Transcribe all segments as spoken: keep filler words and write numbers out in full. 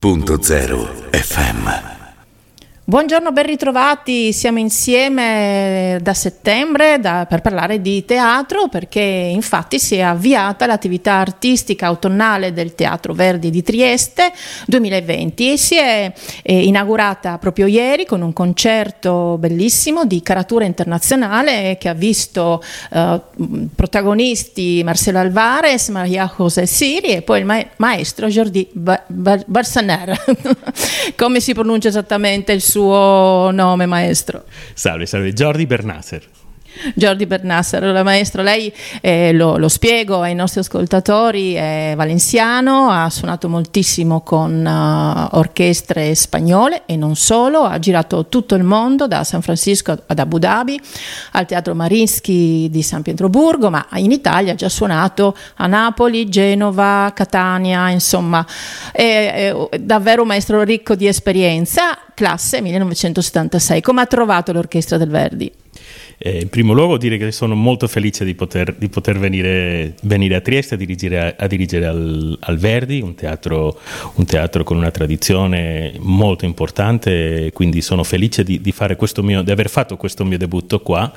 Punto zero F M. Buongiorno, ben ritrovati, siamo insieme da settembre da, per parlare di teatro, perché infatti si è avviata l'attività artistica autunnale del Teatro Verdi di Trieste duemilaventi e si è eh, inaugurata proprio ieri con un concerto bellissimo di caratura internazionale che ha visto eh, protagonisti Marcelo Alvarez, Maria José Siri e poi il ma- maestro Jordi ba- ba- Barsaner. Come si pronuncia esattamente il suo nome, maestro? Salve, salve, Jordi Bernasser. Jordi Bernasser, allora, maestro, lei eh, lo, lo spiego ai nostri ascoltatori, è valenziano, ha suonato moltissimo con uh, orchestre spagnole e non solo, ha girato tutto il mondo, da San Francisco ad Abu Dhabi, al Teatro Mariinsky di San Pietroburgo, ma in Italia ha già suonato a Napoli, Genova, Catania, insomma è, è davvero un maestro ricco di esperienza, classe millenovecentosettantasei. Come ha trovato l'orchestra del Verdi? Eh, in primo luogo dire che sono molto felice di poter, di poter venire, venire a Trieste a dirigere, a, a dirigere al, al Verdi, un teatro, un teatro con una tradizione molto importante, quindi sono felice di, di, fare questo mio, di aver fatto questo mio debutto qua.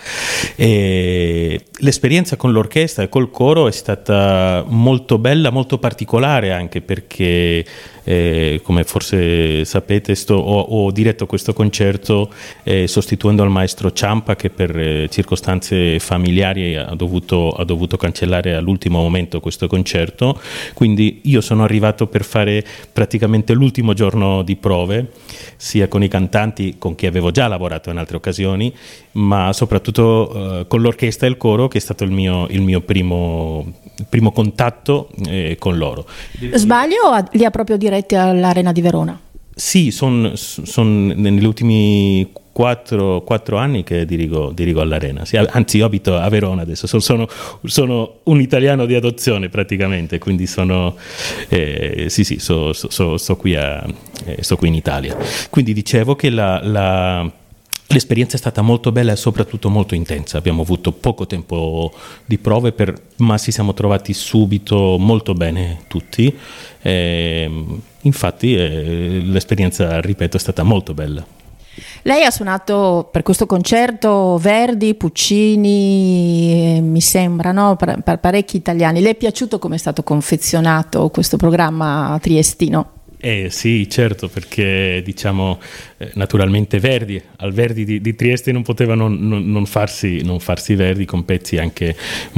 E l'esperienza con l'orchestra e col coro è stata molto bella, molto particolare anche perché Eh, come forse sapete sto, ho, ho diretto questo concerto eh, sostituendo il maestro Ciampa che per eh, circostanze familiari ha dovuto, ha dovuto cancellare all'ultimo momento questo concerto, quindi io sono arrivato per fare praticamente l'ultimo giorno di prove sia con i cantanti con chi avevo già lavorato in altre occasioni, ma soprattutto eh, con l'orchestra e il coro, che è stato il mio, il mio primo, primo contatto eh, con loro. Sbaglio o li ha proprio diretti all'Arena di Verona? Sì, sono son negli ultimi quattro, quattro anni che dirigo, dirigo all'Arena. Sì, anzi, io abito a Verona adesso, sono, sono, sono un italiano di adozione praticamente, quindi sono eh, sì sì, so, so, so, sto, qui a, eh, sto qui in Italia. Quindi dicevo che la, la l'esperienza è stata molto bella e soprattutto molto intensa. Abbiamo avuto poco tempo di prove, per, ma ci siamo trovati subito molto bene tutti. E, infatti eh, l'esperienza, ripeto, è stata molto bella. Lei ha suonato per questo concerto Verdi, Puccini, eh, mi sembra, no? per, per parecchi italiani. Le è piaciuto come è stato confezionato questo programma triestino? Eh sì, certo, perché diciamo eh, naturalmente Verdi, al Verdi di, di Trieste non poteva non, non, non, farsi, non farsi Verdi con pezzi anche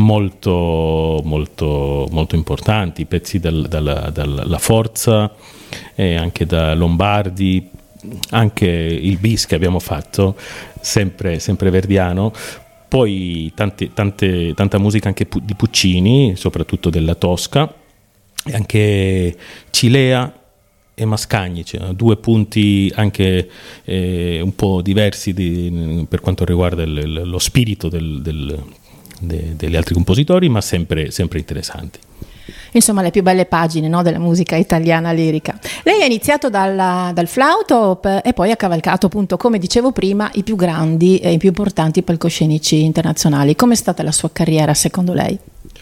molto, molto, molto importanti, pezzi dal, dalla, dalla Forza, e anche da Lombardi, anche il bis che abbiamo fatto, sempre, sempre verdiano. Poi tante, tante, tanta musica anche di Puccini, soprattutto della Tosca, e anche Cilea e Mascagni, cioè due punti anche eh, un po' diversi di, per quanto riguarda il, lo spirito del, del, de, degli altri compositori, ma sempre, sempre interessanti. Insomma, le più belle pagine, no, della musica italiana lirica. Lei ha iniziato dalla, dal flauto e poi ha cavalcato, appunto, come dicevo prima, i più grandi e i più importanti palcoscenici internazionali. Com'è stata la sua carriera, secondo lei?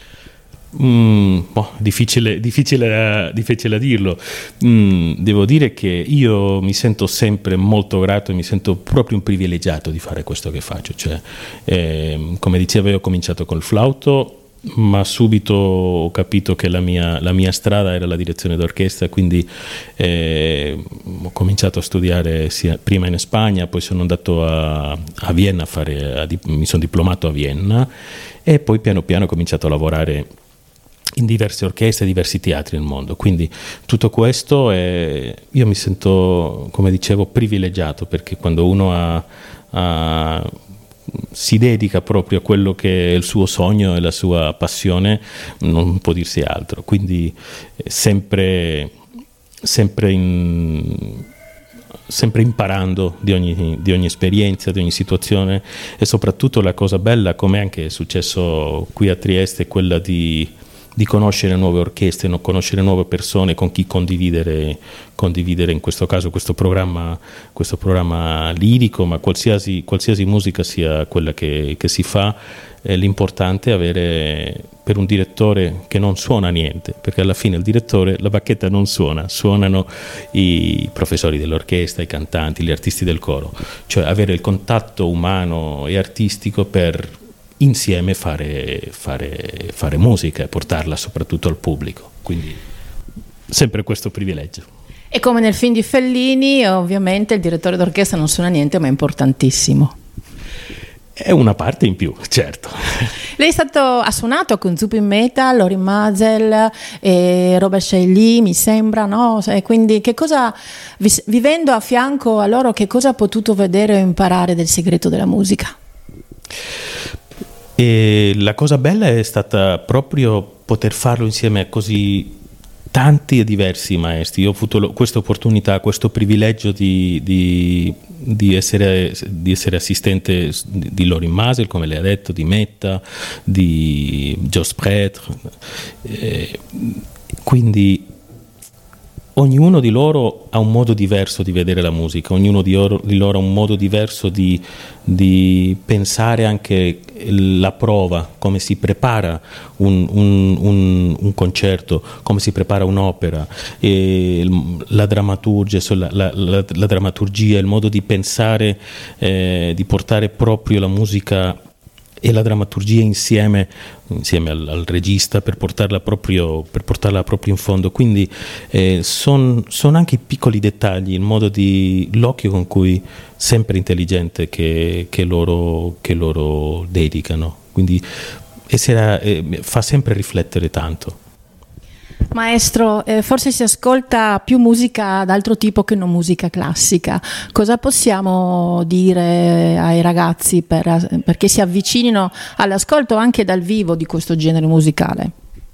Mm, boh, difficile, difficile, difficile a dirlo. Mm, devo dire che io mi sento sempre molto grato e mi sento proprio un privilegiato di fare questo che faccio. Cioè, eh, come dicevo, io ho cominciato col flauto, ma subito ho capito che la mia, la mia strada era la direzione d'orchestra, quindi eh, ho cominciato a studiare sia, prima in Spagna, poi sono andato a, a Vienna a fare, a, mi sono diplomato a Vienna e poi piano piano ho cominciato a lavorare in diverse orchestre, diversi teatri nel mondo. Quindi tutto questo è, io mi sento, come dicevo, privilegiato, perché quando uno ha, ha, si dedica proprio a quello che è il suo sogno e la sua passione, non può dirsi altro. Quindi sempre, sempre in sempre imparando di ogni, di ogni esperienza, di ogni situazione, e soprattutto la cosa bella, come anche è successo qui a Trieste, è quella di di conoscere nuove orchestre, no, conoscere nuove persone con chi condividere, condividere in questo caso questo programma, questo programma lirico, ma qualsiasi, qualsiasi musica sia quella che, che si fa. Eh, l'importante è avere, per un direttore che non suona niente, perché alla fine il direttore la bacchetta non suona, suonano i professori dell'orchestra, i cantanti, gli artisti del coro, cioè avere il contatto umano e artistico per insieme fare, fare, fare musica e portarla soprattutto al pubblico, quindi sempre questo privilegio. E come nel film di Fellini, ovviamente il direttore d'orchestra non suona niente, ma è importantissimo. È una parte in più, certo. Lei è stato, ha suonato con Zupin Mehta, Lorin Maazel e Robert Shelley, mi sembra, no? E quindi che cosa, vivendo a fianco a loro, che cosa ha potuto vedere o imparare del segreto della musica? E la cosa bella è stata proprio poter farlo insieme a così tanti e diversi maestri. Io ho avuto questa opportunità, questo privilegio di, di, di, essere, di essere assistente di Lorin Maazel, come lei ha detto, di Mehta, di Jos Pretre, eh, quindi ognuno di loro ha un modo diverso di vedere la musica, ognuno di loro, di loro ha un modo diverso di, di pensare anche la prova, come si prepara un, un, un, un concerto, come si prepara un'opera, e la drammaturgia, la, la, la, la drammaturgia, il modo di pensare, eh, di portare proprio la musica e la drammaturgia insieme, insieme al, al regista per portarla proprio, per portarla proprio in fondo. Quindi eh, sono son anche i piccoli dettagli, il modo di l'occhio con cui sempre intelligente che, che, loro, che loro dedicano. Quindi essere, eh, fa sempre riflettere tanto. Maestro, eh, forse si ascolta più musica d'altro tipo che non musica classica. Cosa possiamo dire ai ragazzi per, perché si avvicinino all'ascolto anche dal vivo di questo genere musicale?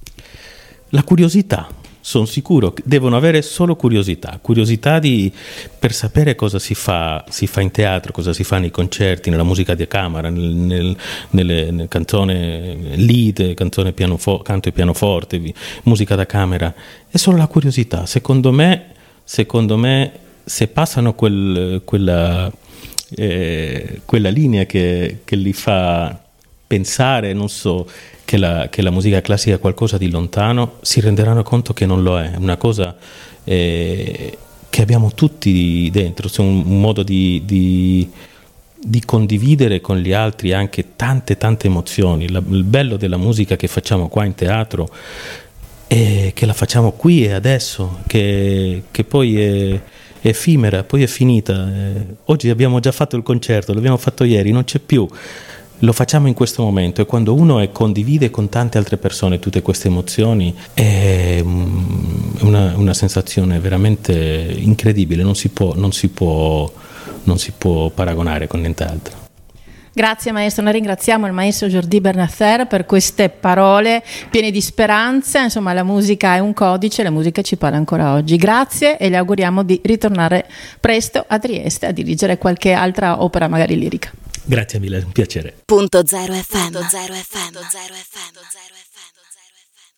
La curiosità, sono sicuro, devono avere solo curiosità, curiosità di, per sapere cosa si fa, si fa in teatro, cosa si fa nei concerti, nella musica di camera, nel, nel, nelle, nel canzone lead, canzone pianofo, canto e pianoforte, musica da camera. È solo la curiosità. Secondo me, secondo me se passano quel, quella, eh, quella linea che, che li fa pensare, non so, che la, che la musica classica è qualcosa di lontano, si renderanno conto che non lo è, è una cosa eh, che abbiamo tutti dentro, cioè un, un modo di, di, di condividere con gli altri anche tante tante emozioni. La, il bello della musica che facciamo qua in teatro è che la facciamo qui e adesso, che, che poi è è effimera, poi è finita. Eh, oggi abbiamo già fatto il concerto, l'abbiamo fatto ieri, non c'è più. Lo facciamo in questo momento, e quando uno è, condivide con tante altre persone tutte queste emozioni è una, una sensazione veramente incredibile, non si può, non si può, non si può paragonare con nient'altro. Grazie maestro, noi ringraziamo il maestro Jordi Bernather per queste parole piene di speranza. Insomma, la musica è un codice, la musica ci parla ancora oggi. Grazie e le auguriamo di ritornare presto a Trieste a dirigere qualche altra opera magari lirica. Grazie mille, è un piacere. Punto zero F M. Punto zero F M. Punto zero F M.